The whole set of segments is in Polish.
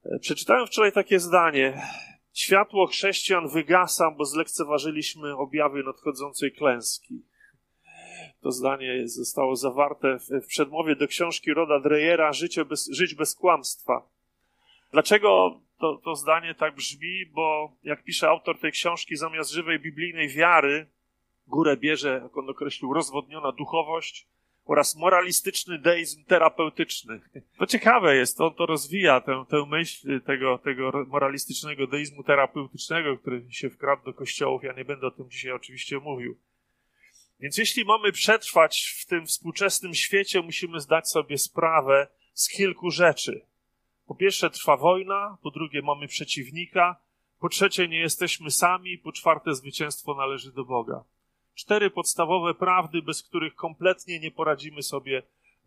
Przeczytałem wczoraj takie zdanie. Światło chrześcijan wygasa, bo zlekceważyliśmy objawy nadchodzącej klęski. To zdanie zostało zawarte w przedmowie do książki Roda Dreyera Żyć bez kłamstwa. Dlaczego to zdanie tak brzmi? Bo jak pisze autor tej książki, zamiast żywej biblijnej wiary górę bierze, jak on określił, rozwodniona duchowość oraz moralistyczny deizm terapeutyczny. To ciekawe jest, on to rozwija, tę myśl tego moralistycznego deizmu terapeutycznego, który się wkradł do kościołów. Ja nie będę o tym dzisiaj oczywiście mówił. Więc jeśli mamy przetrwać w tym współczesnym świecie, musimy zdać sobie sprawę z kilku rzeczy. Po pierwsze trwa wojna, po drugie mamy przeciwnika, po trzecie nie jesteśmy sami, po czwarte zwycięstwo należy do Boga. 4 podstawowe prawdy, bez których kompletnie nie poradzimy sobie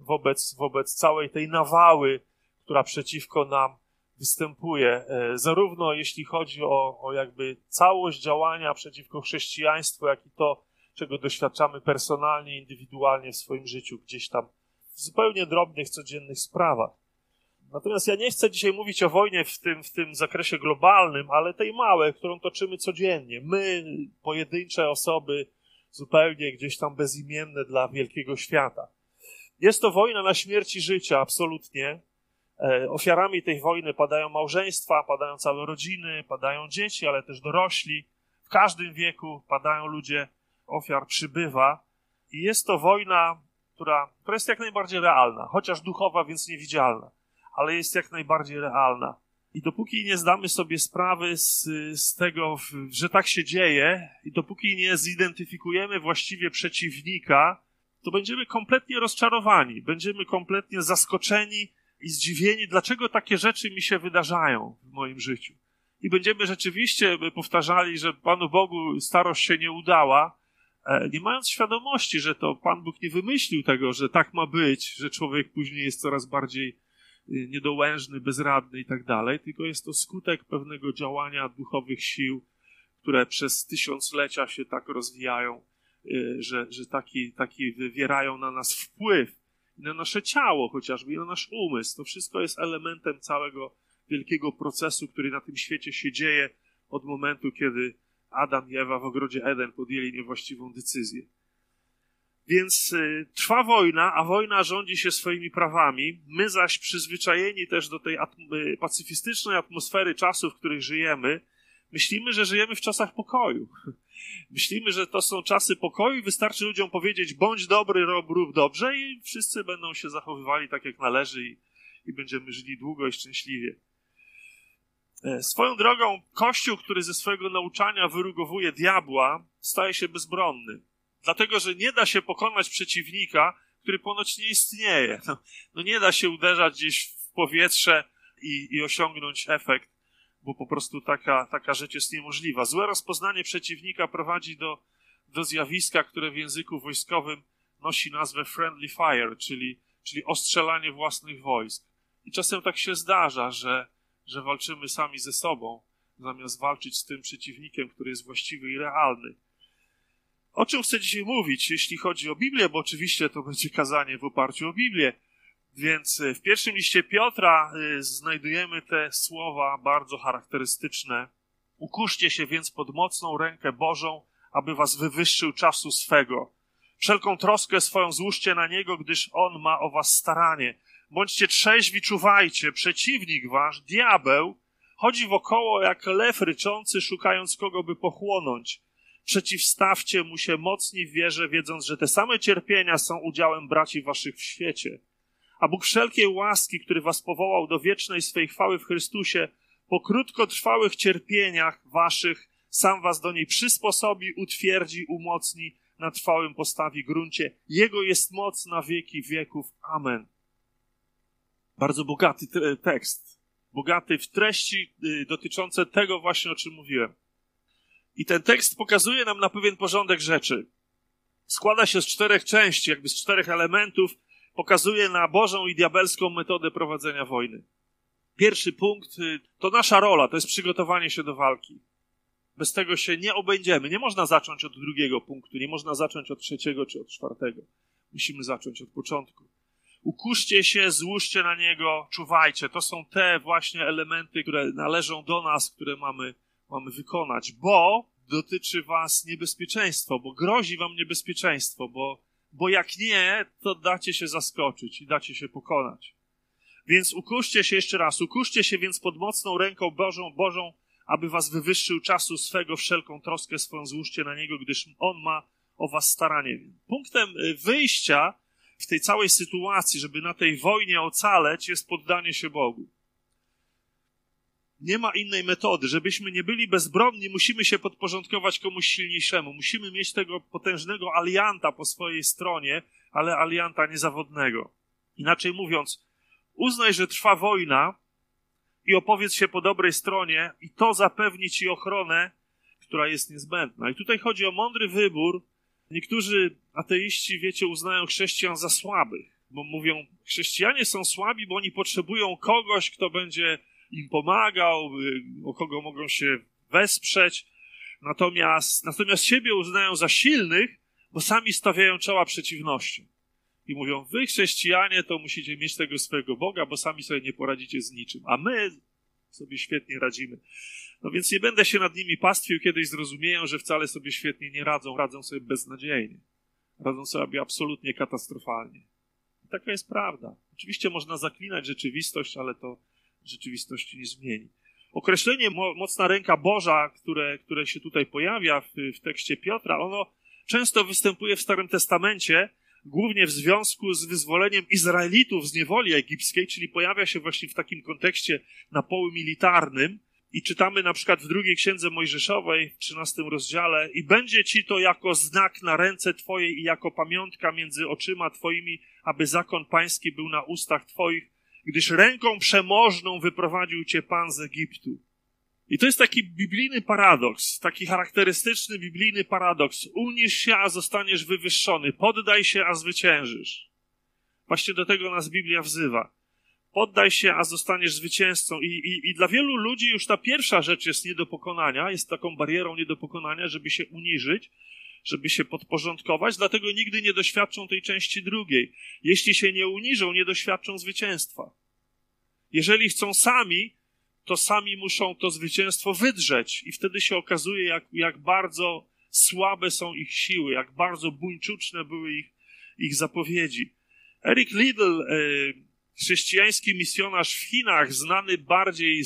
wobec całej tej nawały, która przeciwko nam występuje. Zarówno jeśli chodzi o jakby całość działania przeciwko chrześcijaństwu, jak i to, czego doświadczamy personalnie, indywidualnie w swoim życiu, gdzieś tam w zupełnie drobnych, codziennych sprawach. Natomiast ja nie chcę dzisiaj mówić o wojnie w tym zakresie globalnym, ale tej małej, którą toczymy codziennie. My, pojedyncze osoby, zupełnie gdzieś tam bezimienne dla wielkiego świata. Jest to wojna na śmierć i życie, absolutnie. Ofiarami tej wojny padają małżeństwa, padają całe rodziny, padają dzieci, ale też dorośli. W każdym wieku padają ludzie, ofiar przybywa. I jest to wojna, która jest jak najbardziej realna, chociaż duchowa, więc niewidzialna, ale jest jak najbardziej realna. I dopóki nie zdamy sobie sprawy z tego, że tak się dzieje, i dopóki nie zidentyfikujemy właściwie przeciwnika, to będziemy kompletnie rozczarowani, będziemy kompletnie zaskoczeni i zdziwieni, dlaczego takie rzeczy mi się wydarzają w moim życiu. I będziemy rzeczywiście powtarzali, że Panu Bogu starość się nie udała, nie mając świadomości, że to Pan Bóg nie wymyślił tego, że tak ma być, że człowiek później jest coraz bardziej niedołężny, bezradny i tak dalej, tylko jest to skutek pewnego działania duchowych sił, które przez tysiąclecia się tak rozwijają, że taki wywierają na nas wpływ, na nasze ciało chociażby, i na nasz umysł. To wszystko jest elementem całego wielkiego procesu, który na tym świecie się dzieje od momentu, kiedy Adam i Ewa w ogrodzie Eden podjęli niewłaściwą decyzję. Więc trwa wojna, a wojna rządzi się swoimi prawami. My zaś przyzwyczajeni też do tej pacyfistycznej atmosfery czasów, w których żyjemy, myślimy, że żyjemy w czasach pokoju. Myślimy, że to są czasy pokoju i wystarczy ludziom powiedzieć: bądź dobry, rób dobrze, i wszyscy będą się zachowywali tak, jak należy i będziemy żyli długo i szczęśliwie. Swoją drogą, Kościół, który ze swojego nauczania wyrugowuje diabła, staje się bezbronny. Dlatego, że nie da się pokonać przeciwnika, który ponoć nie istnieje. No nie da się uderzać gdzieś w powietrze i osiągnąć efekt, bo po prostu taka rzecz jest niemożliwa. Złe rozpoznanie przeciwnika prowadzi do zjawiska, które w języku wojskowym nosi nazwę friendly fire, czyli ostrzelanie własnych wojsk. I czasem tak się zdarza, że walczymy sami ze sobą, zamiast walczyć z tym przeciwnikiem, który jest właściwy i realny. O czym chcę dzisiaj mówić, jeśli chodzi o Biblię, bo oczywiście to będzie kazanie w oparciu o Biblię. Więc w pierwszym liście Piotra znajdujemy te słowa bardzo charakterystyczne. Ukuszcie się więc pod mocną rękę Bożą, aby was wywyższył czasu swego. Wszelką troskę swoją złóżcie na Niego, gdyż On ma o was staranie. Bądźcie trzeźwi, czuwajcie. Przeciwnik wasz, diabeł, chodzi wokoło jak lew ryczący, szukając kogo by pochłonąć. Przeciwstawcie mu się mocni w wierze, wiedząc, że te same cierpienia są udziałem braci waszych w świecie. A Bóg wszelkiej łaski, który was powołał do wiecznej swej chwały w Chrystusie, po krótkotrwałych cierpieniach waszych sam was do niej przysposobi, utwierdzi, umocni, na trwałym postawi gruncie. Jego jest moc na wieki wieków. Amen. Bardzo bogaty tekst. Bogaty w treści dotyczące tego właśnie, o czym mówiłem. I ten tekst pokazuje nam na pewien porządek rzeczy. Składa się z 4 części, jakby z 4 elementów. Pokazuje na Bożą i diabelską metodę prowadzenia wojny. Pierwszy punkt to nasza rola, to jest przygotowanie się do walki. Bez tego się nie obędziemy. Nie można zacząć od 2 punktu, nie można zacząć od 3 czy od 4. Musimy zacząć od początku. Ukuszcie się, złóżcie na Niego, czuwajcie. To są te właśnie elementy, które należą do nas, które mamy wykonać, bo dotyczy was niebezpieczeństwo, bo grozi wam niebezpieczeństwo, bo jak nie, to dacie się zaskoczyć i dacie się pokonać. Więc ukuszcie się jeszcze raz, ukuszcie się więc pod mocną ręką Bożą, aby was wywyższył czasu swego, wszelką troskę swoją złóżcie na Niego, gdyż On ma o was staranie. Punktem wyjścia w tej całej sytuacji, żeby na tej wojnie ocaleć, jest poddanie się Bogu. Nie ma innej metody. Żebyśmy nie byli bezbronni, musimy się podporządkować komuś silniejszemu. Musimy mieć tego potężnego alianta po swojej stronie, ale alianta niezawodnego. Inaczej mówiąc, uznaj, że trwa wojna i opowiedz się po dobrej stronie i to zapewni ci ochronę, która jest niezbędna. I tutaj chodzi o mądry wybór. Niektórzy ateiści, wiecie, uznają chrześcijan za słabych, bo mówią, chrześcijanie są słabi, bo oni potrzebują kogoś, kto będzie im pomagał, o kogo mogą się wesprzeć. Natomiast siebie uznają za silnych, bo sami stawiają czoła przeciwnościom. I mówią, wy chrześcijanie to musicie mieć tego swojego Boga, bo sami sobie nie poradzicie z niczym. A my sobie świetnie radzimy. No więc nie będę się nad nimi pastwił, kiedyś zrozumieją, że wcale sobie świetnie nie radzą. Radzą sobie beznadziejnie. Radzą sobie absolutnie katastrofalnie. I taka jest prawda. Oczywiście można zaklinać rzeczywistość, ale to rzeczywistości nie zmieni. Określenie mocna ręka Boża, które się tutaj pojawia w tekście Piotra, ono często występuje w Starym Testamencie, głównie w związku z wyzwoleniem Izraelitów z niewoli egipskiej, czyli pojawia się właśnie w takim kontekście na polu militarnym. I czytamy na przykład w drugiej księdze Mojżeszowej, w 13 rozdziale: i będzie ci to jako znak na ręce twojej i jako pamiątka między oczyma twoimi, aby zakon pański był na ustach twoich, gdyż ręką przemożną wyprowadził cię Pan z Egiptu. I to jest taki biblijny paradoks, taki charakterystyczny biblijny paradoks. Unisz się, a zostaniesz wywyższony. Poddaj się, a zwyciężysz. Właśnie do tego nas Biblia wzywa. Poddaj się, a zostaniesz zwycięzcą. I dla wielu ludzi już ta pierwsza rzecz jest nie do pokonania, jest taką barierą nie do pokonania, żeby się uniżyć, żeby się podporządkować, dlatego nigdy nie doświadczą tej części drugiej. Jeśli się nie uniżą, nie doświadczą zwycięstwa. Jeżeli chcą sami, to sami muszą to zwycięstwo wydrzeć i wtedy się okazuje, jak bardzo słabe są ich siły, jak bardzo buńczuczne były ich zapowiedzi. Eric Liddell, chrześcijański misjonarz w Chinach, znany bardziej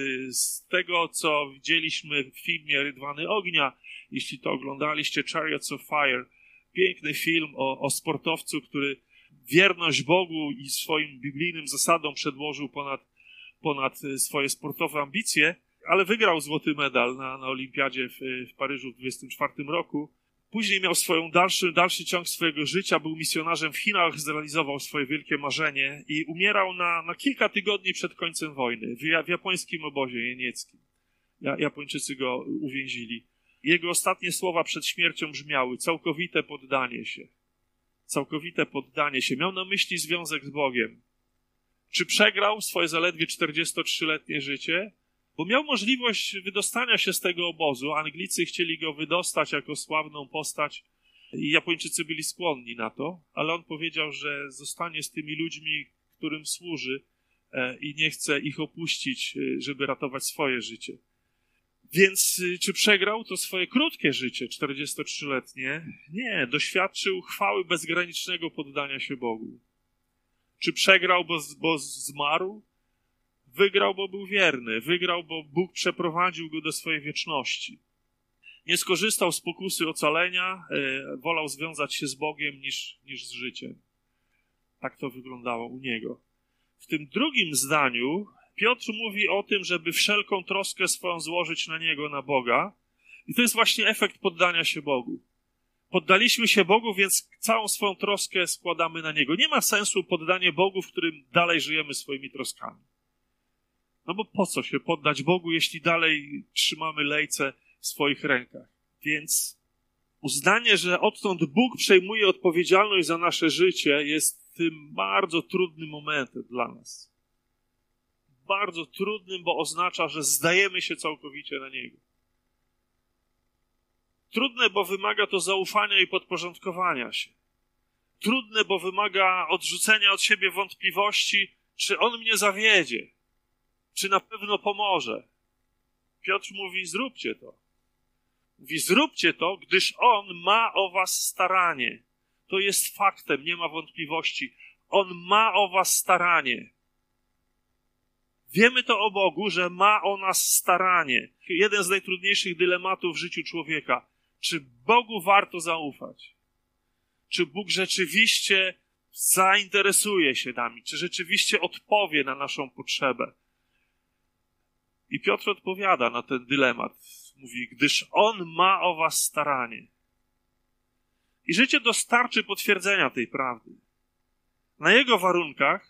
z tego, co widzieliśmy w filmie Rydwany Ognia, jeśli to oglądaliście, Chariots of Fire, piękny film o sportowcu, który wierność Bogu i swoim biblijnym zasadom przedłożył ponad swoje sportowe ambicje, ale wygrał złoty medal na olimpiadzie w Paryżu w 1924 roku. Później miał dalszy ciąg swojego życia, był misjonarzem w Chinach, zrealizował swoje wielkie marzenie i umierał na kilka tygodni przed końcem wojny w japońskim obozie jenieckim. Japończycy go uwięzili. Jego ostatnie słowa przed śmiercią brzmiały: całkowite poddanie się. Całkowite poddanie się. Miał na myśli związek z Bogiem. Czy przegrał swoje zaledwie 43-letnie życie? Bo miał możliwość wydostania się z tego obozu. Anglicy chcieli go wydostać jako sławną postać i Japończycy byli skłonni na to, ale on powiedział, że zostanie z tymi ludźmi, którym służy i nie chce ich opuścić, żeby ratować swoje życie. Więc czy przegrał to swoje krótkie życie, 43-letnie? Nie, doświadczył chwały bezgranicznego poddania się Bogu. Czy przegrał, bo zmarł? Wygrał, bo był wierny. Wygrał, bo Bóg przeprowadził go do swojej wieczności. Nie skorzystał z pokusy ocalenia, wolał związać się z Bogiem niż z życiem. Tak to wyglądało u niego. W tym drugim zdaniu Piotr mówi o tym, żeby wszelką troskę swoją złożyć na Niego, na Boga. I to jest właśnie efekt poddania się Bogu. Poddaliśmy się Bogu, więc całą swoją troskę składamy na Niego. Nie ma sensu poddanie Bogu, w którym dalej żyjemy swoimi troskami. No bo po co się poddać Bogu, jeśli dalej trzymamy lejce w swoich rękach? Więc uznanie, że odtąd Bóg przejmuje odpowiedzialność za nasze życie, jest tym bardzo trudnym momentem dla nas. Bardzo trudnym, bo oznacza, że zdajemy się całkowicie na Niego. Trudne, bo wymaga to zaufania i podporządkowania się. trudne, bo wymaga odrzucenia od siebie wątpliwości, czy on mnie zawiedzie, czy na pewno pomoże. Piotr mówi, zróbcie to. Mówi, zróbcie to, gdyż on ma o was staranie. To jest faktem, nie ma wątpliwości. On ma o was staranie. Wiemy to o Bogu, że ma o nas staranie. Jeden z najtrudniejszych dylematów w życiu człowieka. Czy Bogu warto zaufać? Czy Bóg rzeczywiście zainteresuje się nami? Czy rzeczywiście odpowie na naszą potrzebę? I Piotr odpowiada na ten dylemat. Mówi, gdyż on ma o was staranie. I życie dostarczy potwierdzenia tej prawdy. Na jego warunkach,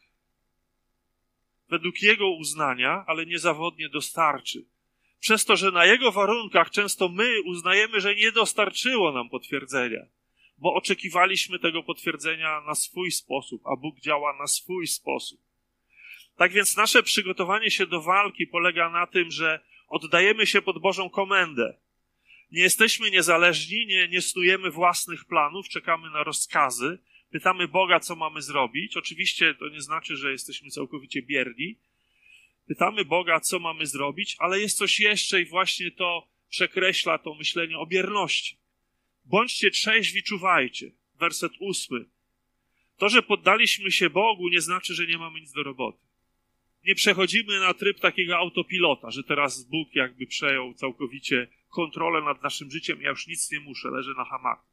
według jego uznania, ale niezawodnie dostarczy. Przez to, że na jego warunkach często my uznajemy, że nie dostarczyło nam potwierdzenia, bo oczekiwaliśmy tego potwierdzenia na swój sposób, a Bóg działa na swój sposób. Tak więc nasze przygotowanie się do walki polega na tym, że oddajemy się pod Bożą komendę. Nie jesteśmy niezależni, nie snujemy własnych planów, czekamy na rozkazy, pytamy Boga, co mamy zrobić. Oczywiście to nie znaczy, że jesteśmy całkowicie bierni. Pytamy Boga, co mamy zrobić, ale jest coś jeszcze i właśnie to przekreśla to myślenie o bierności. Bądźcie trzeźwi, czuwajcie. Werset 8. To, że poddaliśmy się Bogu, nie znaczy, że nie mamy nic do roboty. Nie przechodzimy na tryb takiego autopilota, że teraz Bóg jakby przejął całkowicie kontrolę nad naszym życiem, ja już nic nie muszę, leżę na hamaku.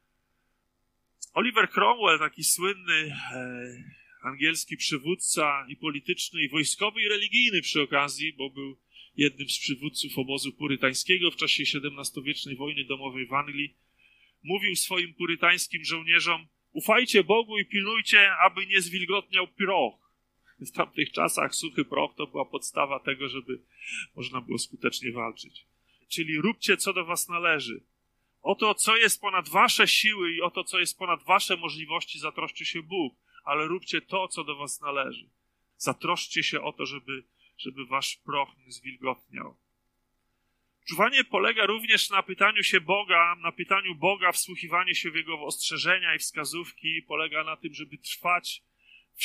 Oliver Cromwell, taki słynny angielski przywódca i polityczny, i wojskowy, i religijny przy okazji, bo był jednym z przywódców obozu purytańskiego w czasie XVII-wiecznej wojny domowej w Anglii, mówił swoim purytańskim żołnierzom: ufajcie Bogu i pilnujcie, aby nie zwilgotniał proch. W tamtych czasach suchy proch to była podstawa tego, żeby można było skutecznie walczyć. Czyli róbcie, co do was należy. O to, co jest ponad wasze siły i o to, co jest ponad wasze możliwości, zatroszczy się Bóg, ale róbcie to, co do was należy. Zatroszczcie się o to, żeby wasz proch nie zwilgotniał. Czuwanie polega również na pytaniu się Boga, na pytaniu Boga, wsłuchiwanie się w Jego ostrzeżenia i wskazówki polega na tym, żeby trwać w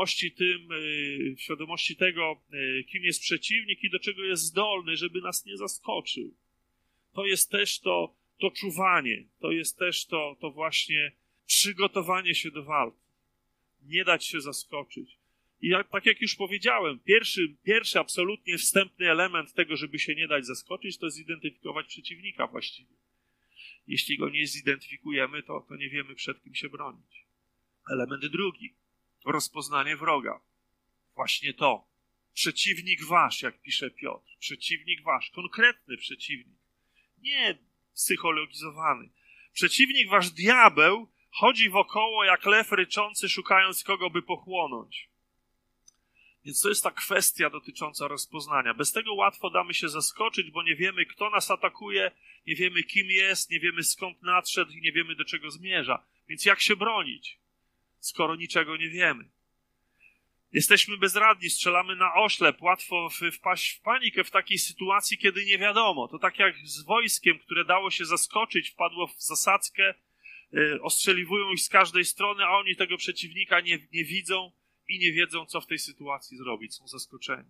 świadomości tego, kim jest przeciwnik i do czego jest zdolny, żeby nas nie zaskoczył. To jest też to czuwanie, to jest też to właśnie przygotowanie się do walki. Nie dać się zaskoczyć. I tak jak już powiedziałem, pierwszy absolutnie wstępny element tego, żeby się nie dać zaskoczyć, to zidentyfikować przeciwnika właściwie. Jeśli go nie zidentyfikujemy, to nie wiemy, przed kim się bronić. Element drugi. Rozpoznanie wroga. Właśnie to. Przeciwnik wasz, jak pisze Piotr. Przeciwnik wasz. Konkretny przeciwnik. Nie psychologizowany. Przeciwnik wasz, diabeł, chodzi wokoło jak lew ryczący, szukając kogo by pochłonąć. Więc to jest ta kwestia dotycząca rozpoznania. Bez tego łatwo damy się zaskoczyć, bo nie wiemy, kto nas atakuje, nie wiemy, kim jest, nie wiemy, skąd nadszedł i nie wiemy, do czego zmierza. Więc jak się bronić, skoro niczego nie wiemy? Jesteśmy bezradni, strzelamy na oślep, łatwo wpaść w panikę w takiej sytuacji, kiedy nie wiadomo. To tak jak z wojskiem, które dało się zaskoczyć, wpadło w zasadzkę, ostrzeliwują ich z każdej strony, a oni tego przeciwnika nie widzą i nie wiedzą, co w tej sytuacji zrobić. Są zaskoczeni.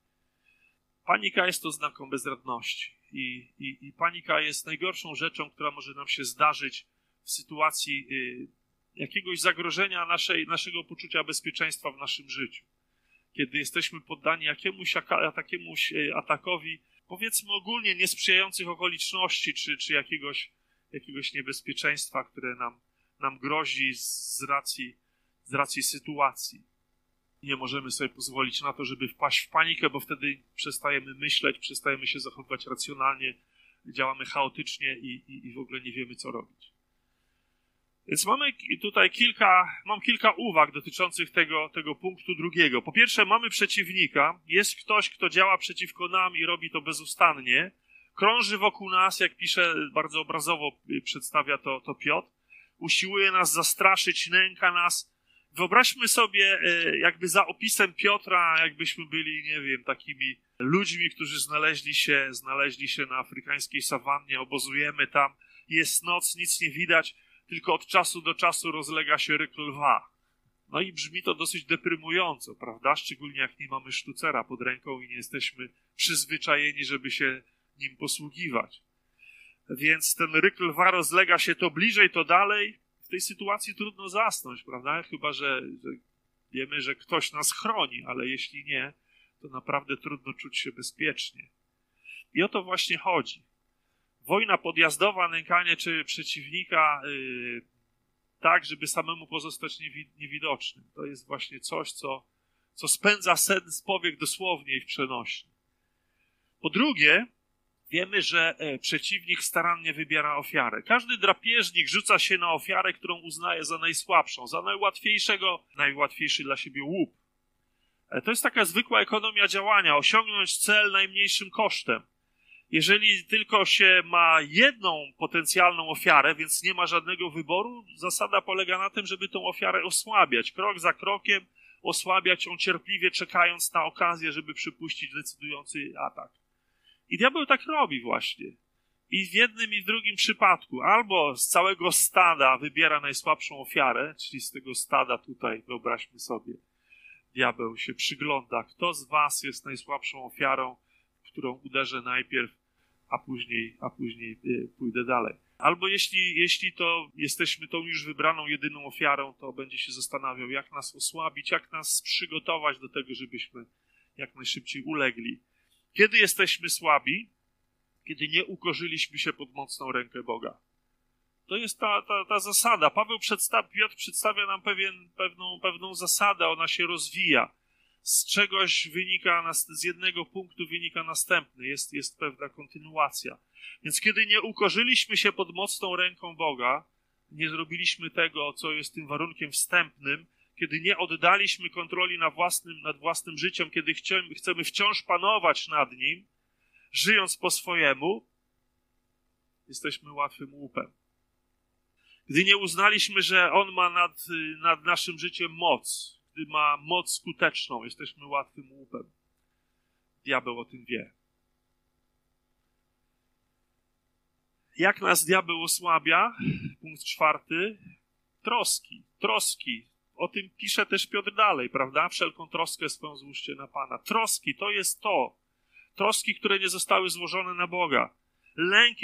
Panika jest oznaką bezradności. I panika jest najgorszą rzeczą, która może nam się zdarzyć w sytuacji jakiegoś zagrożenia naszego poczucia bezpieczeństwa w naszym życiu. Kiedy jesteśmy poddani jakiemuś atakowi, powiedzmy ogólnie niesprzyjających okoliczności, czy jakiegoś niebezpieczeństwa, które nam grozi z racji sytuacji. Nie możemy sobie pozwolić na to, żeby wpaść w panikę, bo wtedy przestajemy myśleć, przestajemy się zachowywać racjonalnie, działamy chaotycznie i w ogóle nie wiemy, co robić. Więc mamy tutaj kilka uwag dotyczących tego punktu drugiego. Po pierwsze, mamy przeciwnika. Jest ktoś, kto działa przeciwko nam i robi to bezustannie. Krąży wokół nas, jak pisze, bardzo obrazowo przedstawia to Piotr. Usiłuje nas zastraszyć, nęka nas. Wyobraźmy sobie, jakby za opisem Piotra, jakbyśmy byli, nie wiem, takimi ludźmi, którzy znaleźli się na afrykańskiej sawannie, obozujemy tam, jest noc, nic nie widać, tylko od czasu do czasu rozlega się ryk lwa. No i brzmi to dosyć deprymująco, prawda? Szczególnie jak nie mamy sztucera pod ręką i nie jesteśmy przyzwyczajeni, żeby się nim posługiwać. Więc ten ryk lwa rozlega się to bliżej, to dalej. W tej sytuacji trudno zasnąć, prawda? Chyba, że wiemy, że ktoś nas chroni, ale jeśli nie, to naprawdę trudno czuć się bezpiecznie. I o to właśnie chodzi. Wojna podjazdowa, nękanie czy przeciwnika tak, żeby samemu pozostać niewidocznym. To jest właśnie coś, co spędza sen z powiek dosłownie i w przenośni. Po drugie, wiemy, że przeciwnik starannie wybiera ofiarę. Każdy drapieżnik rzuca się na ofiarę, którą uznaje za najsłabszą, za najłatwiejszy dla siebie łup. To jest taka zwykła ekonomia działania, osiągnąć cel najmniejszym kosztem. Jeżeli tylko się ma jedną potencjalną ofiarę, więc nie ma żadnego wyboru, zasada polega na tym, żeby tą ofiarę osłabiać. Krok za krokiem osłabiać ją cierpliwie, czekając na okazję, żeby przypuścić decydujący atak. I diabeł tak robi właśnie. I w jednym i w drugim przypadku. Albo z całego stada wybiera najsłabszą ofiarę, czyli z tego stada tutaj, wyobraźmy sobie, diabeł się przygląda. Kto z was jest najsłabszą ofiarą, którą uderzę najpierw, a później pójdę dalej. Albo jeśli to jesteśmy tą już wybraną jedyną ofiarą, to będzie się zastanawiał, jak nas osłabić, jak nas przygotować do tego, żebyśmy jak najszybciej ulegli. Kiedy jesteśmy słabi? Kiedy nie ukorzyliśmy się pod mocną rękę Boga. To jest ta zasada. Piotr przedstawia nam pewną zasadę, ona się rozwija. Z czegoś wynika, z jednego punktu wynika następny. Jest pewna kontynuacja. Więc kiedy nie ukorzyliśmy się pod mocną ręką Boga, nie zrobiliśmy tego, co jest tym warunkiem wstępnym, kiedy nie oddaliśmy kontroli nad własnym życiem, kiedy chcemy wciąż panować nad nim, żyjąc po swojemu, jesteśmy łatwym łupem. Gdy nie uznaliśmy, że On ma nad naszym życiem moc, gdy ma moc skuteczną, jesteśmy łatwym łupem. Diabeł o tym wie. Jak nas diabeł osłabia? Punkt 4. Troski. O tym pisze też Piotr dalej, prawda? Wszelką troskę swoją złóżcie na Pana. Troski to jest to. Troski, które nie zostały złożone na Boga. Lęki,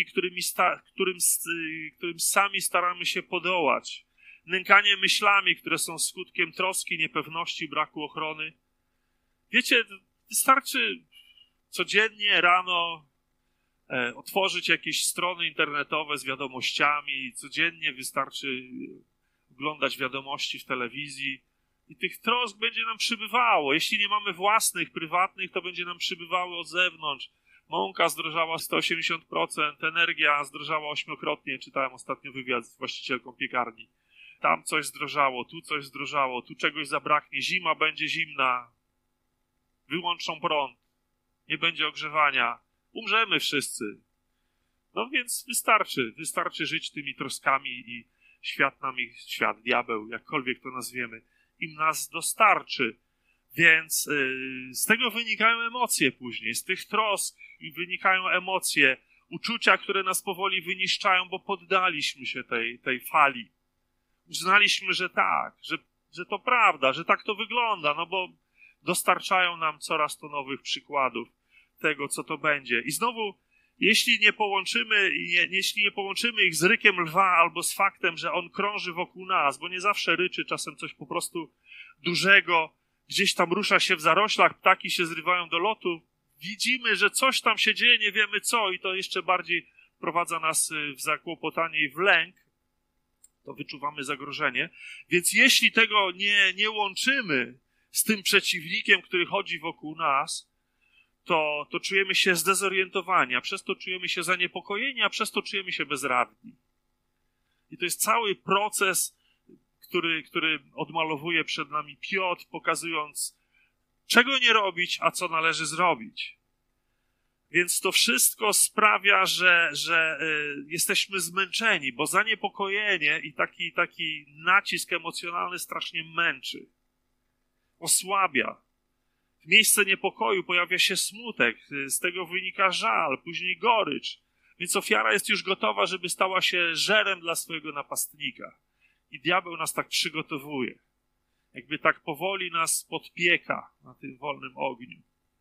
którym sami staramy się podołać. Nękanie myślami, które są skutkiem troski, niepewności, braku ochrony. Wiecie, wystarczy codziennie rano otworzyć jakieś strony internetowe z wiadomościami. Codziennie wystarczy oglądać wiadomości w telewizji i tych trosk będzie nam przybywało. Jeśli nie mamy własnych, prywatnych, to będzie nam przybywały od zewnątrz. Mąka zdrożała 180%, energia zdrożała 8-krotnie. Czytałem ostatnio wywiad z właścicielką piekarni. Tam coś zdrożało, tu coś zdrożało, tu czegoś zabraknie. Zima będzie zimna. Wyłączą prąd. Nie będzie ogrzewania. Umrzemy wszyscy. No więc wystarczy żyć tymi troskami i świat, diabeł, jakkolwiek to nazwiemy, im nas dostarczy. Więc z tego wynikają emocje później. Z tych trosk wynikają emocje, uczucia, które nas powoli wyniszczają, bo poddaliśmy się tej fali. Uznaliśmy, że tak, że to prawda, że tak to wygląda, no bo dostarczają nam coraz to nowych przykładów tego, co to będzie. I znowu, jeśli nie połączymy ich z rykiem lwa albo z faktem, że on krąży wokół nas, bo nie zawsze ryczy, czasem coś po prostu dużego, gdzieś tam rusza się w zaroślach, ptaki się zrywają do lotu, widzimy, że coś tam się dzieje, nie wiemy co i to jeszcze bardziej wprowadza nas w zakłopotanie i w lęk, to wyczuwamy zagrożenie. Więc jeśli tego nie łączymy z tym przeciwnikiem, który chodzi wokół nas, to czujemy się zdezorientowani, a przez to czujemy się zaniepokojeni, a przez to czujemy się bezradni. I to jest cały proces, który odmalowuje przed nami Piotr, pokazując, czego nie robić, a co należy zrobić. Więc to wszystko sprawia, że jesteśmy zmęczeni, bo zaniepokojenie i taki nacisk emocjonalny strasznie męczy. Osłabia. W miejsce niepokoju pojawia się smutek, z tego wynika żal, później gorycz. Więc ofiara jest już gotowa, żeby stała się żerem dla swojego napastnika. I diabeł nas tak przygotowuje. Jakby tak powoli nas podpieka na tym wolnym ogniu.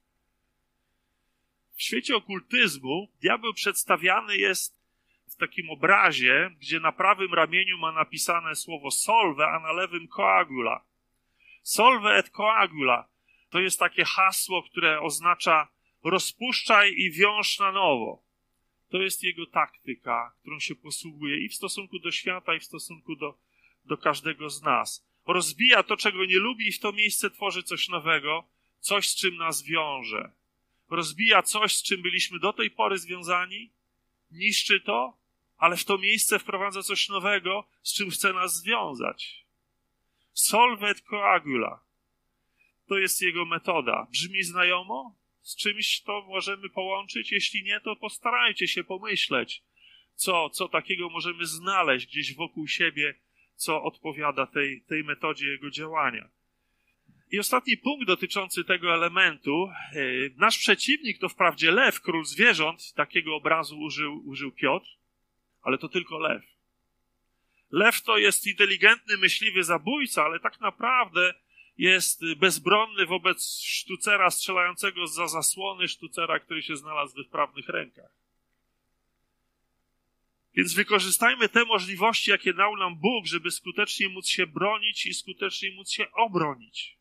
W świecie okultyzmu diabeł przedstawiany jest w takim obrazie, gdzie na prawym ramieniu ma napisane słowo solve, a na lewym coagula. Solve et coagula to jest takie hasło, które oznacza rozpuszczaj i wiąż na nowo. To jest jego taktyka, którą się posługuje i w stosunku do świata, i w stosunku do każdego z nas. Rozbija to, czego nie lubi, i w to miejsce tworzy coś nowego, coś, z czym nas wiąże. Rozbija coś, z czym byliśmy do tej pory związani, niszczy to, ale w to miejsce wprowadza coś nowego, z czym chce nas związać. Solve et coagula. To jest jego metoda. Brzmi znajomo? Z czymś to możemy połączyć? Jeśli nie, to postarajcie się pomyśleć, co takiego możemy znaleźć gdzieś wokół siebie, co odpowiada tej metodzie jego działania. I ostatni punkt dotyczący tego elementu. Nasz przeciwnik to wprawdzie lew, król zwierząt. Takiego obrazu użył Piotr, ale to tylko lew. Lew to jest inteligentny, myśliwy zabójca, ale tak naprawdę jest bezbronny wobec sztucera strzelającego zza zasłony, sztucera, który się znalazł we wprawnych rękach. Więc wykorzystajmy te możliwości, jakie dał nam Bóg, żeby skutecznie móc się bronić i skutecznie móc się obronić.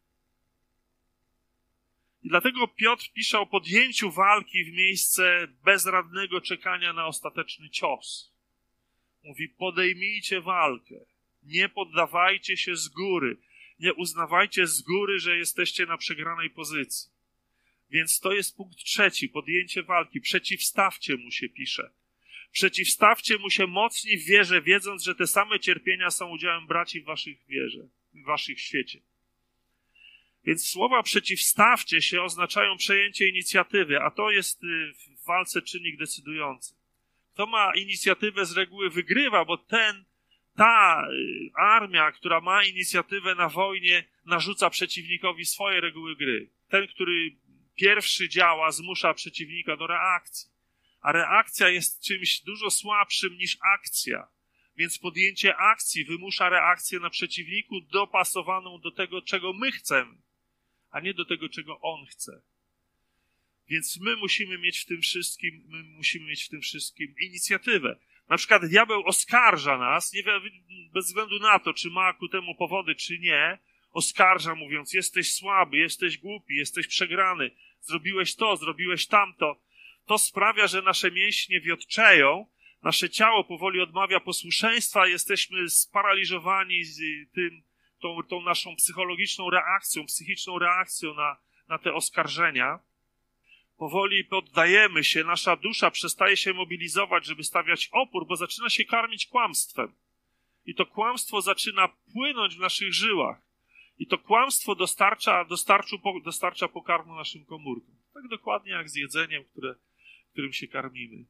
I dlatego Piotr pisze o podjęciu walki w miejsce bezradnego czekania na ostateczny cios. Mówi, podejmijcie walkę, nie poddawajcie się z góry, nie uznawajcie z góry, że jesteście na przegranej pozycji. Więc to jest punkt trzeci, podjęcie walki. Przeciwstawcie mu się pisze. Przeciwstawcie mu się mocni w wierze, wiedząc, że te same cierpienia są udziałem braci w waszych wierze, w waszych świecie. Więc słowa przeciwstawcie się oznaczają przejęcie inicjatywy, a to jest w walce czynnik decydujący. Kto ma inicjatywę, z reguły wygrywa, bo ta armia, która ma inicjatywę na wojnie, narzuca przeciwnikowi swoje reguły gry. Ten, który pierwszy działa, zmusza przeciwnika do reakcji. A reakcja jest czymś dużo słabszym niż akcja. Więc podjęcie akcji wymusza reakcję na przeciwniku dopasowaną do tego, czego my chcemy, a nie do tego, czego on chce. Więc my musimy mieć w tym wszystkim inicjatywę. Na przykład diabeł oskarża nas, bez względu na to, czy ma ku temu powody, czy nie, oskarża mówiąc, jesteś słaby, jesteś głupi, jesteś przegrany, zrobiłeś to, zrobiłeś tamto. To sprawia, że nasze mięśnie wiotczeją, nasze ciało powoli odmawia posłuszeństwa, jesteśmy sparaliżowani tą naszą psychiczną reakcją na te oskarżenia. Powoli poddajemy się, nasza dusza przestaje się mobilizować, żeby stawiać opór, bo zaczyna się karmić kłamstwem. I to kłamstwo zaczyna płynąć w naszych żyłach. I to kłamstwo dostarcza pokarmu naszym komórkom. Tak dokładnie jak z jedzeniem, którym się karmimy.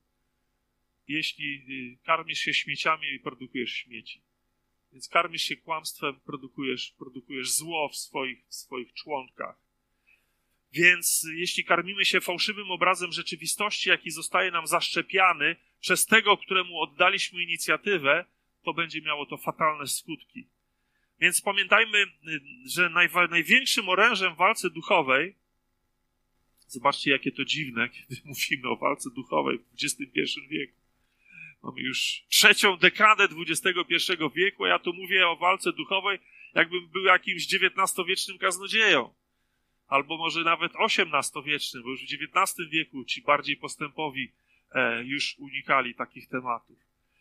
Jeśli karmisz się śmieciami, produkujesz śmieci. Więc karmisz się kłamstwem, produkujesz zło w swoich członkach. Więc jeśli karmimy się fałszywym obrazem rzeczywistości, jaki zostaje nam zaszczepiany przez tego, któremu oddaliśmy inicjatywę, to będzie miało to fatalne skutki. Więc pamiętajmy, że największym orężem w walce duchowej, zobaczcie, jakie to dziwne, kiedy mówimy o walce duchowej w XXI wieku. Mamy już trzecią dekadę XXI wieku, a ja tu mówię o walce duchowej, jakbym był jakimś XIX-wiecznym kaznodzieją. Albo może nawet XVIII-wiecznym, bo już w XIX wieku ci bardziej postępowi już unikali takich tematów.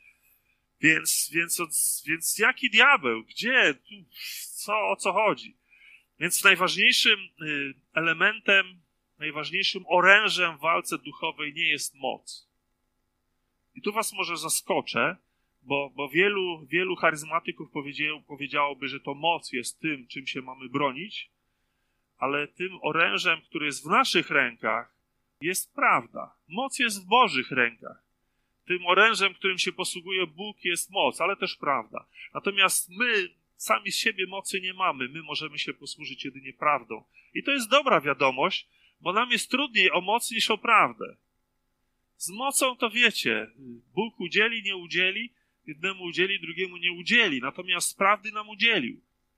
Więc jaki diabeł? Gdzie? O co chodzi? Więc najważniejszym elementem, najważniejszym orężem w walce duchowej nie jest moc. I tu was może zaskoczę, bo wielu charyzmatyków powiedziałoby, że to moc jest tym, czym się mamy bronić, ale tym orężem, który jest w naszych rękach, jest prawda. Moc jest w Bożych rękach. Tym orężem, którym się posługuje Bóg, jest moc, ale też prawda. Natomiast my sami z siebie mocy nie mamy. My możemy się posłużyć jedynie prawdą. I to jest dobra wiadomość, bo nam jest trudniej o moc niż o prawdę. Z mocą to wiecie, Bóg udzieli, nie udzieli, jednemu udzieli, drugiemu nie udzieli, natomiast prawdy nam udzielił.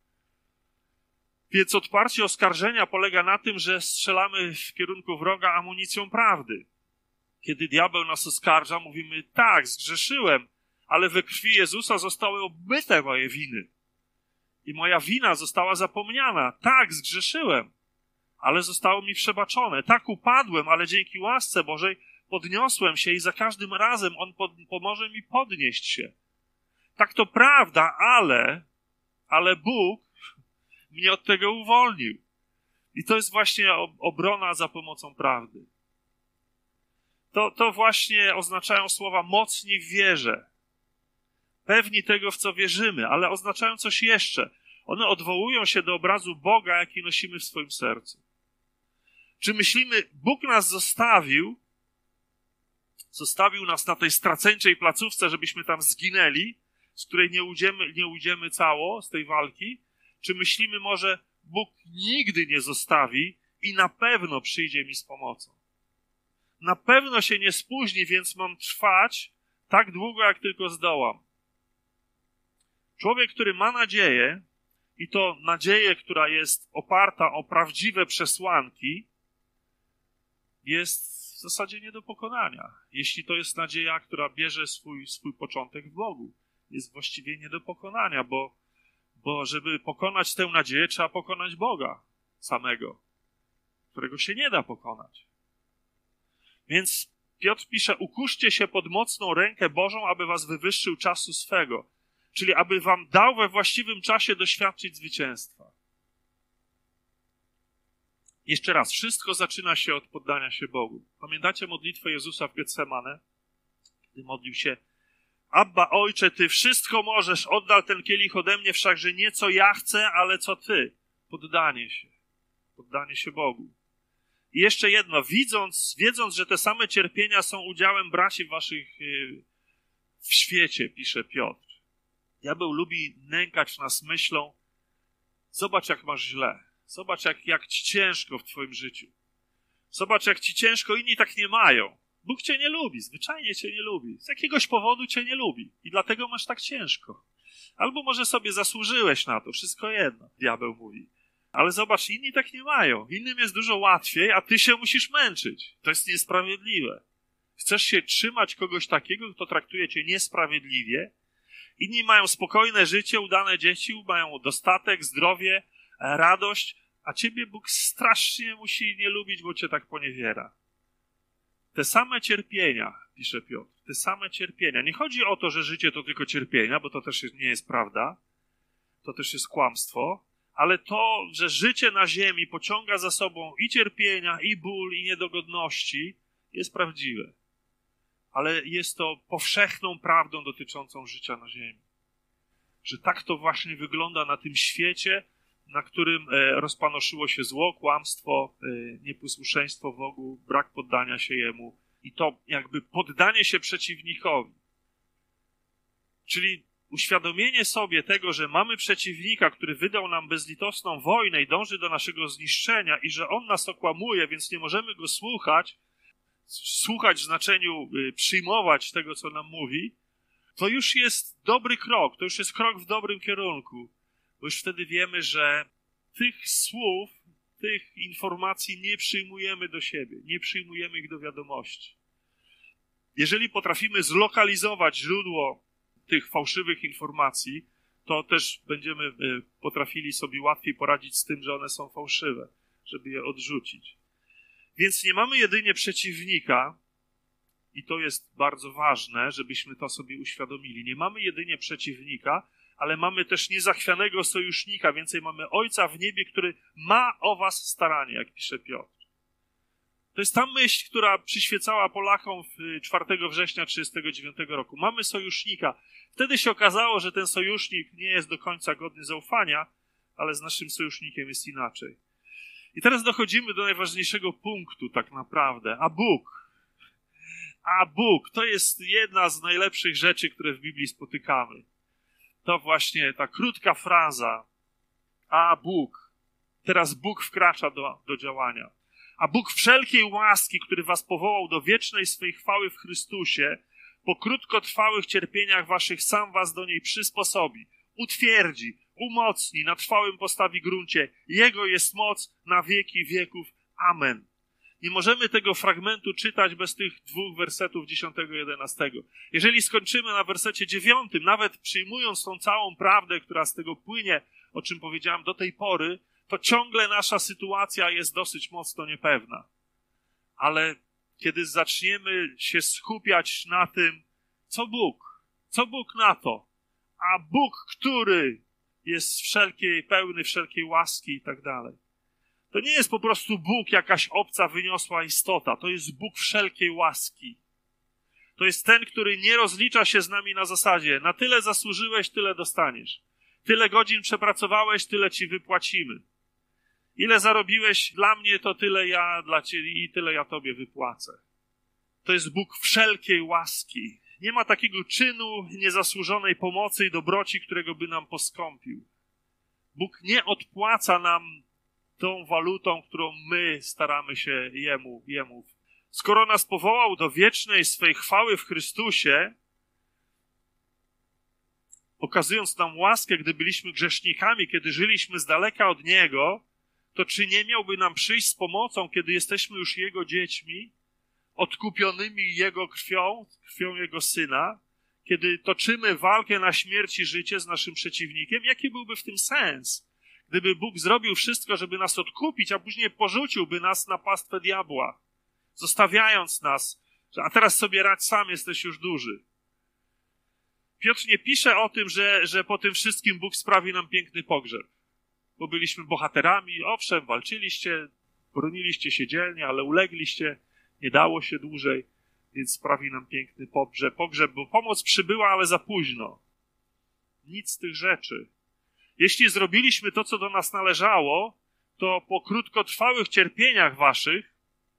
Więc odparcie oskarżenia polega na tym, że strzelamy w kierunku wroga amunicją prawdy. Kiedy diabeł nas oskarża, mówimy, tak, zgrzeszyłem, ale we krwi Jezusa zostały obmyte moje winy. I moja wina została zapomniana. Tak, zgrzeszyłem, ale zostało mi przebaczone. Tak, upadłem, ale dzięki łasce Bożej podniosłem się i za każdym razem On pomoże mi podnieść się. Tak, to prawda, ale Bóg mnie od tego uwolnił. I to jest właśnie obrona za pomocą prawdy. To właśnie oznaczają słowa mocni w wierze. Pewni tego, w co wierzymy, ale oznaczają coś jeszcze. One odwołują się do obrazu Boga, jaki nosimy w swoim sercu. Czy myślimy, Bóg nas zostawił nas na tej straceńczej placówce, żebyśmy tam zginęli, z której nie ujdziemy cało z tej walki? Czy myślimy może, Bóg nigdy nie zostawi i na pewno przyjdzie mi z pomocą? Na pewno się nie spóźni, więc mam trwać tak długo, jak tylko zdołam. Człowiek, który ma nadzieję, i to nadzieję, która jest oparta o prawdziwe przesłanki, jest w zasadzie nie do pokonania. Jeśli to jest nadzieja, która bierze swój początek w Bogu, jest właściwie nie do pokonania, bo żeby pokonać tę nadzieję, trzeba pokonać Boga samego, którego się nie da pokonać. Więc Piotr pisze, ukuszcie się pod mocną rękę Bożą, aby was wywyższył czasu swego, czyli aby wam dał we właściwym czasie doświadczyć zwycięstwa. Jeszcze raz, wszystko zaczyna się od poddania się Bogu. Pamiętacie modlitwę Jezusa w Getsemane? Gdy modlił się, Abba, Ojcze, Ty wszystko możesz, oddal ten kielich ode mnie, wszakże nie co ja chcę, ale co Ty. Poddanie się Bogu. I jeszcze jedno, wiedząc, że te same cierpienia są udziałem braci waszych w świecie, pisze Piotr. Diabeł lubi nękać nas myślą, zobacz jak masz źle, zobacz jak ci ciężko w twoim życiu, zobacz jak ci ciężko, inni tak nie mają. Bóg cię nie lubi, zwyczajnie cię nie lubi, z jakiegoś powodu cię nie lubi i dlatego masz tak ciężko. Albo może sobie zasłużyłeś na to, wszystko jedno, diabeł mówi. Ale zobacz, inni tak nie mają. Innym jest dużo łatwiej, a ty się musisz męczyć. To jest niesprawiedliwe. Chcesz się trzymać kogoś takiego, kto traktuje cię niesprawiedliwie? Inni mają spokojne życie, udane dzieci, mają dostatek, zdrowie, radość, a ciebie Bóg strasznie musi nie lubić, bo cię tak poniewiera. Te same cierpienia, pisze Piotr, te same cierpienia. Nie chodzi o to, że życie to tylko cierpienia, bo to też nie jest prawda. To też jest kłamstwo. Ale to, że życie na ziemi pociąga za sobą i cierpienia, i ból, i niedogodności, jest prawdziwe. Ale jest to powszechną prawdą dotyczącą życia na ziemi. Że tak to właśnie wygląda na tym świecie, na którym rozpanoszyło się zło, kłamstwo, nieposłuszeństwo Bogu, brak poddania się Jemu i to jakby poddanie się przeciwnikowi. Czyli uświadomienie sobie tego, że mamy przeciwnika, który wydał nam bezlitosną wojnę i dąży do naszego zniszczenia i że on nas okłamuje, więc nie możemy go słuchać w znaczeniu przyjmować tego, co nam mówi, to już jest dobry krok, to już jest krok w dobrym kierunku, bo już wtedy wiemy, że tych słów, tych informacji nie przyjmujemy do siebie, nie przyjmujemy ich do wiadomości. Jeżeli potrafimy zlokalizować źródło tych fałszywych informacji, to też będziemy potrafili sobie łatwiej poradzić z tym, że one są fałszywe, żeby je odrzucić. Więc nie mamy jedynie przeciwnika, i to jest bardzo ważne, żebyśmy to sobie uświadomili. Nie mamy jedynie przeciwnika, ale mamy też niezachwianego sojusznika, więcej mamy Ojca w niebie, który ma o was staranie, jak pisze Piotr. To jest ta myśl, która przyświecała Polakom 4 września 1939 roku. Mamy sojusznika. Wtedy się okazało, że ten sojusznik nie jest do końca godny zaufania, ale z naszym sojusznikiem jest inaczej. I teraz dochodzimy do najważniejszego punktu tak naprawdę. A Bóg to jest jedna z najlepszych rzeczy, które w Biblii spotykamy. To właśnie ta krótka fraza. A Bóg. Teraz Bóg wkracza do działania. A Bóg wszelkiej łaski, który was powołał do wiecznej swej chwały w Chrystusie, po krótkotrwałych cierpieniach waszych sam was do niej przysposobi, utwierdzi, umocni, na trwałym postawi gruncie. Jego jest moc na wieki wieków. Amen. Nie możemy tego fragmentu czytać bez tych 2 wersetów 10 i 11. Jeżeli skończymy na wersecie 9, nawet przyjmując tą całą prawdę, która z tego płynie, o czym powiedziałem do tej pory, to ciągle nasza sytuacja jest dosyć mocno niepewna. Ale kiedy zaczniemy się skupiać na tym, co Bóg na to, a Bóg, który jest pełny wszelkiej łaski i tak dalej. To nie jest po prostu Bóg jakaś obca, wyniosła istota. To jest Bóg wszelkiej łaski. To jest ten, który nie rozlicza się z nami na zasadzie: na tyle zasłużyłeś, tyle dostaniesz. Tyle godzin przepracowałeś, tyle ci wypłacimy. Ile zarobiłeś dla mnie, to tyle ja dla ciebie i tyle ja tobie wypłacę. To jest Bóg wszelkiej łaski. Nie ma takiego czynu niezasłużonej pomocy i dobroci, którego by nam poskąpił. Bóg nie odpłaca nam tą walutą, którą my staramy się Jemu. Skoro nas powołał do wiecznej swej chwały w Chrystusie, okazując nam łaskę, gdy byliśmy grzesznikami, kiedy żyliśmy z daleka od Niego, to czy nie miałby nam przyjść z pomocą, kiedy jesteśmy już Jego dziećmi, odkupionymi Jego krwią Jego Syna, kiedy toczymy walkę na śmierć i życie z naszym przeciwnikiem? Jaki byłby w tym sens? Gdyby Bóg zrobił wszystko, żeby nas odkupić, a później porzuciłby nas na pastwę diabła, zostawiając nas, a teraz sobie radź sam, jesteś już duży. Piotr nie pisze o tym, że po tym wszystkim Bóg sprawi nam piękny pogrzeb. Bo byliśmy bohaterami, owszem, walczyliście, broniliście się dzielnie, ale ulegliście, nie dało się dłużej, więc sprawi nam piękny pogrzeb, bo pomoc przybyła, ale za późno. Nic z tych rzeczy. Jeśli zrobiliśmy to, co do nas należało, to po krótkotrwałych cierpieniach waszych,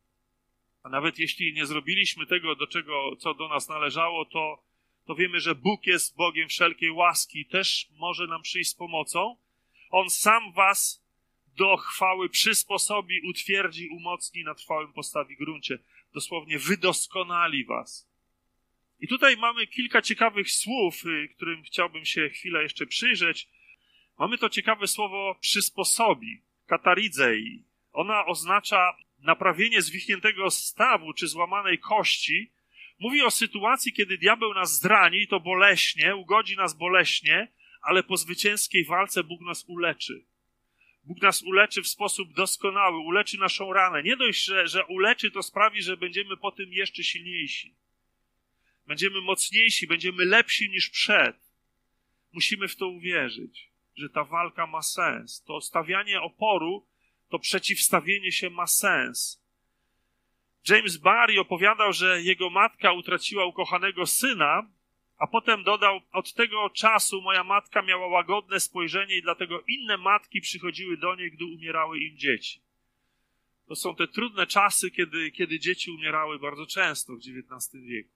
a nawet jeśli nie zrobiliśmy tego, co do nas należało, to wiemy, że Bóg jest Bogiem wszelkiej łaski, też może nam przyjść z pomocą. On sam was do chwały przysposobi, utwierdzi, umocni, na trwałym postawi gruncie. Dosłownie wydoskonali was. I tutaj mamy kilka ciekawych słów, którym chciałbym się chwilę jeszcze przyjrzeć. Mamy to ciekawe słowo przysposobi, kataridzei. Ona oznacza naprawienie zwichniętego stawu czy złamanej kości. Mówi o sytuacji, kiedy diabeł nas zrani i to boleśnie, ugodzi nas boleśnie, ale po zwycięskiej walce Bóg nas uleczy. Bóg nas uleczy w sposób doskonały, uleczy naszą ranę. Nie dość, że uleczy, to sprawi, że będziemy po tym jeszcze silniejsi. Będziemy mocniejsi, będziemy lepsi niż przed. Musimy w to uwierzyć, że ta walka ma sens. To stawianie oporu, to przeciwstawienie się ma sens. James Barrie opowiadał, że jego matka utraciła ukochanego syna, a potem dodał: od tego czasu moja matka miała łagodne spojrzenie i dlatego inne matki przychodziły do niej, gdy umierały im dzieci. To są te trudne czasy, kiedy dzieci umierały bardzo często w XIX wieku.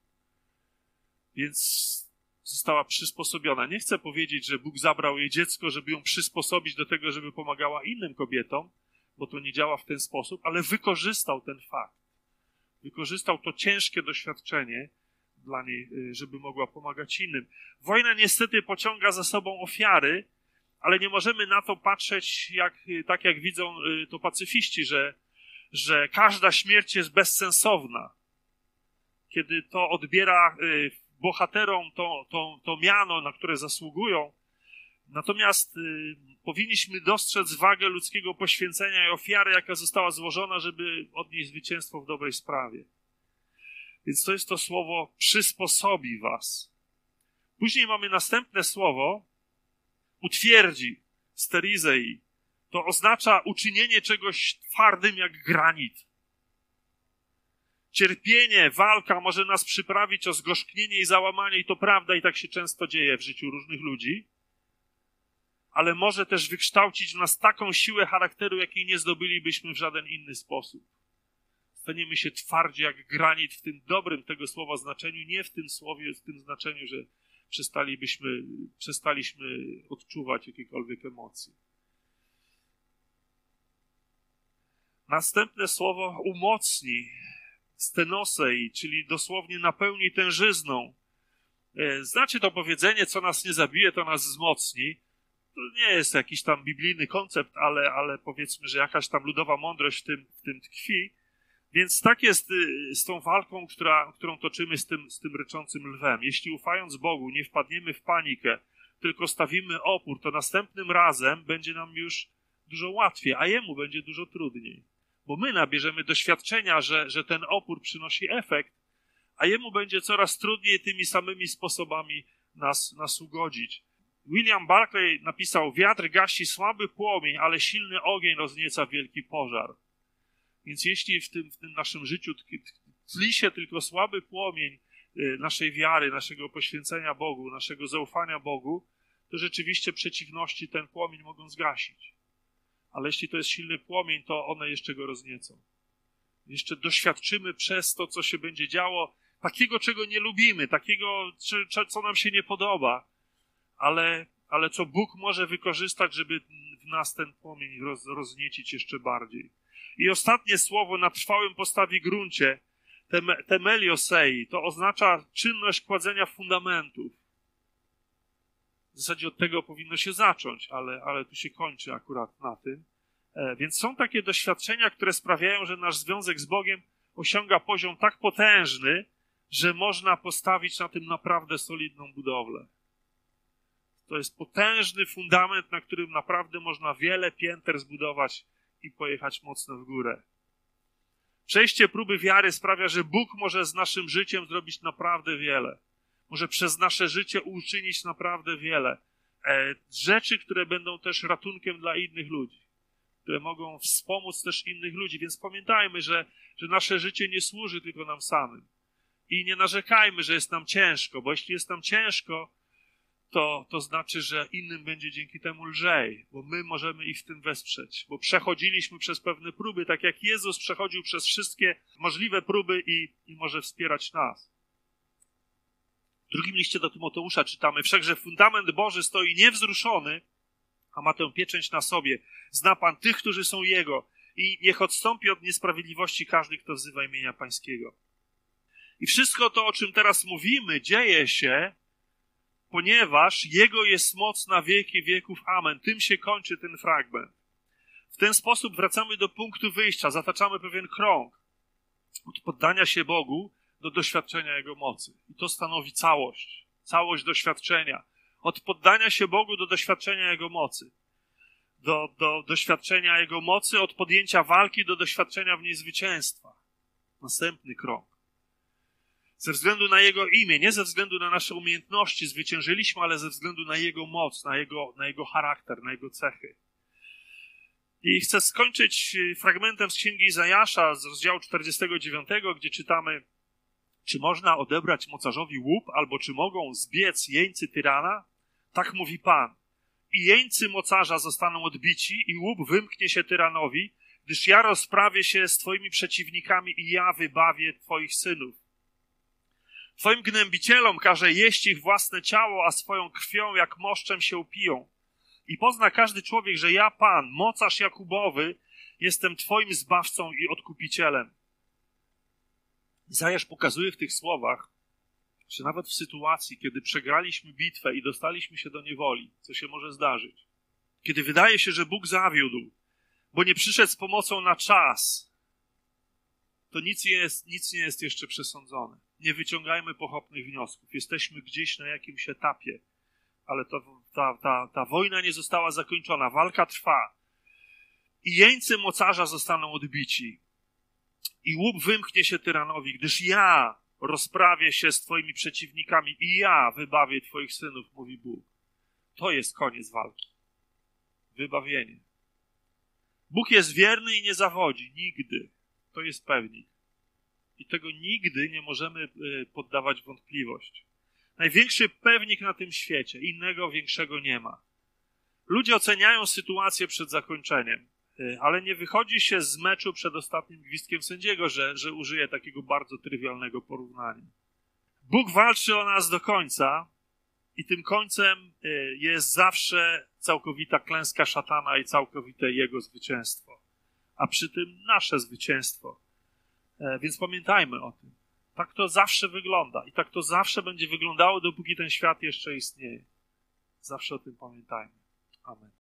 Więc została przysposobiona. Nie chcę powiedzieć, że Bóg zabrał jej dziecko, żeby ją przysposobić do tego, żeby pomagała innym kobietom, bo to nie działa w ten sposób, ale wykorzystał ten fakt. Wykorzystał to ciężkie doświadczenie dla niej, żeby mogła pomagać innym. Wojna niestety pociąga za sobą ofiary, ale nie możemy na to patrzeć tak jak widzą to pacyfiści, że każda śmierć jest bezsensowna. Kiedy to odbiera bohaterom to miano, na które zasługują. Natomiast powinniśmy dostrzec wagę ludzkiego poświęcenia i ofiary, jaka została złożona, żeby odnieść zwycięstwo w dobrej sprawie. Więc to jest to słowo przysposobi was. Później mamy następne słowo utwierdzi, sterizei. To oznacza uczynienie czegoś twardym jak granit. Cierpienie, walka może nas przyprawić o zgorzknienie i załamanie i to prawda i tak się często dzieje w życiu różnych ludzi, ale może też wykształcić w nas taką siłę charakteru, jakiej nie zdobylibyśmy w żaden inny sposób. Staniemy się twardzi jak granit w tym dobrym tego słowa znaczeniu, nie w tym słowie, w tym znaczeniu, że przestaliśmy odczuwać jakiekolwiek emocji. Następne słowo umocni, stenosei, czyli dosłownie napełni tężyzną. Znacie to powiedzenie, co nas nie zabije, to nas wzmocni. To nie jest jakiś tam biblijny koncept, ale powiedzmy, że jakaś tam ludowa mądrość w tym tkwi. Więc tak jest z tą walką, którą toczymy z tym ryczącym lwem. Jeśli ufając Bogu nie wpadniemy w panikę, tylko stawimy opór, to następnym razem będzie nam już dużo łatwiej, a jemu będzie dużo trudniej. Bo my nabierzemy doświadczenia, że ten opór przynosi efekt, a jemu będzie coraz trudniej tymi samymi sposobami nas ugodzić. William Barclay napisał: wiatr gasi słaby płomień, ale silny ogień roznieca wielki pożar. Więc jeśli w tym naszym życiu tli się tylko słaby płomień naszej wiary, naszego poświęcenia Bogu, naszego zaufania Bogu, to rzeczywiście przeciwności ten płomień mogą zgasić. Ale jeśli to jest silny płomień, to one jeszcze go rozniecą. Jeszcze doświadczymy przez to, co się będzie działo, takiego, czego nie lubimy, takiego, co nam się nie podoba, ale co Bóg może wykorzystać, żeby w nas ten płomień rozniecić jeszcze bardziej. I ostatnie słowo na trwałym postawi gruncie, temeliosei, to oznacza czynność kładzenia fundamentów. W zasadzie od tego powinno się zacząć, ale tu się kończy akurat na tym. Więc są takie doświadczenia, które sprawiają, że nasz związek z Bogiem osiąga poziom tak potężny, że można postawić na tym naprawdę solidną budowlę. To jest potężny fundament, na którym naprawdę można wiele pięter zbudować i pojechać mocno w górę. Przejście próby wiary sprawia, że Bóg może z naszym życiem zrobić naprawdę wiele. Może przez nasze życie uczynić naprawdę wiele. Rzeczy, które będą też ratunkiem dla innych ludzi. Które mogą wspomóc też innych ludzi. Więc pamiętajmy, że nasze życie nie służy tylko nam samym. I nie narzekajmy, że jest nam ciężko, bo jeśli jest nam ciężko, to znaczy, że innym będzie dzięki temu lżej, bo my możemy ich w tym wesprzeć, bo przechodziliśmy przez pewne próby, tak jak Jezus przechodził przez wszystkie możliwe próby i może wspierać nas. W drugim liście do Tymoteusza czytamy: wszakże fundament Boży stoi niewzruszony, a ma tę pieczęć na sobie. Zna Pan tych, którzy są Jego, i niech odstąpi od niesprawiedliwości każdy, kto wzywa imienia Pańskiego. I wszystko to, o czym teraz mówimy, dzieje się, ponieważ Jego jest moc na wieki wieków. Amen. Tym się kończy ten fragment. W ten sposób wracamy do punktu wyjścia, zataczamy pewien krąg. Od poddania się Bogu do doświadczenia Jego mocy. I to stanowi całość doświadczenia. Od poddania się Bogu do doświadczenia Jego mocy. Do doświadczenia Jego mocy, od podjęcia walki do doświadczenia w niej zwycięstwa. Następny krąg. Ze względu na Jego imię, nie ze względu na nasze umiejętności zwyciężyliśmy, ale ze względu na Jego moc, na Jego charakter, na Jego cechy. I chcę skończyć fragmentem z Księgi Izajasza z rozdziału 49, gdzie czytamy: czy można odebrać mocarzowi łup, albo czy mogą zbiec jeńcy tyrana? Tak mówi Pan. I jeńcy mocarza zostaną odbici i łup wymknie się tyranowi, gdyż ja rozprawię się z twoimi przeciwnikami i ja wybawię twoich synów. Twoim gnębicielom każe jeść ich własne ciało, a swoją krwią jak moszczem się upiją. I pozna każdy człowiek, że ja, Pan, mocarz Jakubowy, jestem twoim zbawcą i odkupicielem. Izajasz pokazuje w tych słowach, że nawet w sytuacji, kiedy przegraliśmy bitwę i dostaliśmy się do niewoli, co się może zdarzyć, kiedy wydaje się, że Bóg zawiódł, bo nie przyszedł z pomocą na czas, to nic nie jest jeszcze przesądzone. Nie wyciągajmy pochopnych wniosków. Jesteśmy gdzieś na jakimś etapie, ale ta wojna nie została zakończona. Walka trwa. I jeńcy mocarza zostaną odbici. I łup wymknie się tyranowi, gdyż ja rozprawię się z twoimi przeciwnikami i ja wybawię twoich synów, mówi Bóg. To jest koniec walki. Wybawienie. Bóg jest wierny i nie zawodzi. Nigdy. To jest pewnik. I tego nigdy nie możemy poddawać w wątpliwość. Największy pewnik na tym świecie. Innego większego nie ma. Ludzie oceniają sytuację przed zakończeniem, ale nie wychodzi się z meczu przed ostatnim gwizdkiem sędziego, że użyje takiego bardzo trywialnego porównania. Bóg walczy o nas do końca i tym końcem jest zawsze całkowita klęska szatana i całkowite jego zwycięstwo. a przy tym nasze zwycięstwo. Więc pamiętajmy o tym. Tak to zawsze wygląda i tak to zawsze będzie wyglądało, dopóki ten świat jeszcze istnieje. Zawsze o tym pamiętajmy. Amen.